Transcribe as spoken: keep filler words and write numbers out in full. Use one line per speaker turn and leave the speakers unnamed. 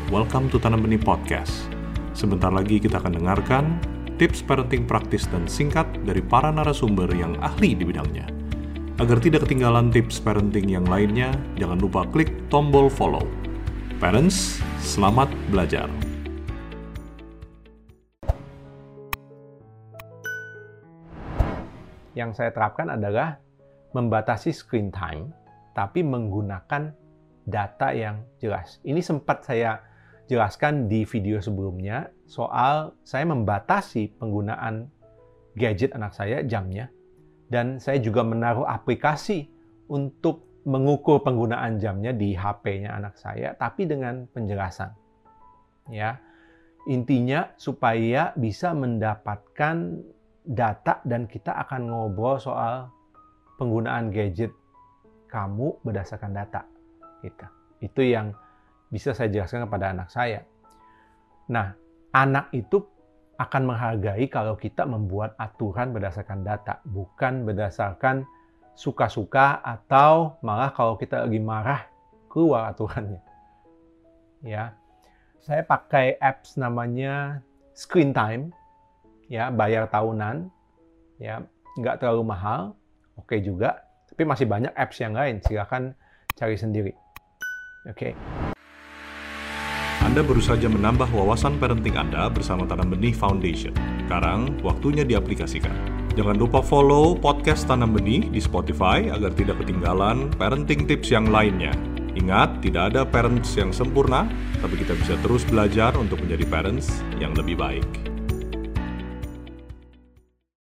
welcome to Tanam Benih Podcast. Sebentar lagi kita akan dengarkan tips parenting praktis dan singkat dari para narasumber yang ahli di bidangnya. Agar tidak ketinggalan tips parenting yang lainnya, jangan lupa klik tombol follow. Parents, selamat belajar.
Yang saya terapkan adalah membatasi screen time, tapi menggunakan data yang jelas. Ini sempat saya jelaskan di video sebelumnya soal saya membatasi penggunaan gadget anak saya, jamnya, dan saya juga menaruh aplikasi untuk mengukur penggunaan jamnya di H P-nya anak saya, tapi dengan penjelasan. Ya, intinya supaya bisa mendapatkan data dan kita akan ngobrol soal penggunaan gadget kamu berdasarkan data. Gitu. Itu yang bisa saya jelaskan kepada anak saya. Nah, anak itu akan menghargai kalau kita membuat aturan berdasarkan data, bukan berdasarkan suka-suka atau malah kalau kita lagi marah keluar aturannya. Ya, saya pakai apps namanya Screen Time, ya, bayar tahunan, ya, nggak terlalu mahal, oke juga, tapi masih banyak apps yang lain, silakan cari sendiri. Oke.
Anda baru saja menambah wawasan parenting Anda bersama Tanam Benih Foundation. Sekarang, waktunya diaplikasikan. Jangan lupa follow podcast Tanam Benih di Spotify agar tidak ketinggalan parenting tips yang lainnya. Ingat, tidak ada parents yang sempurna, tapi kita bisa terus belajar untuk menjadi parents yang lebih baik.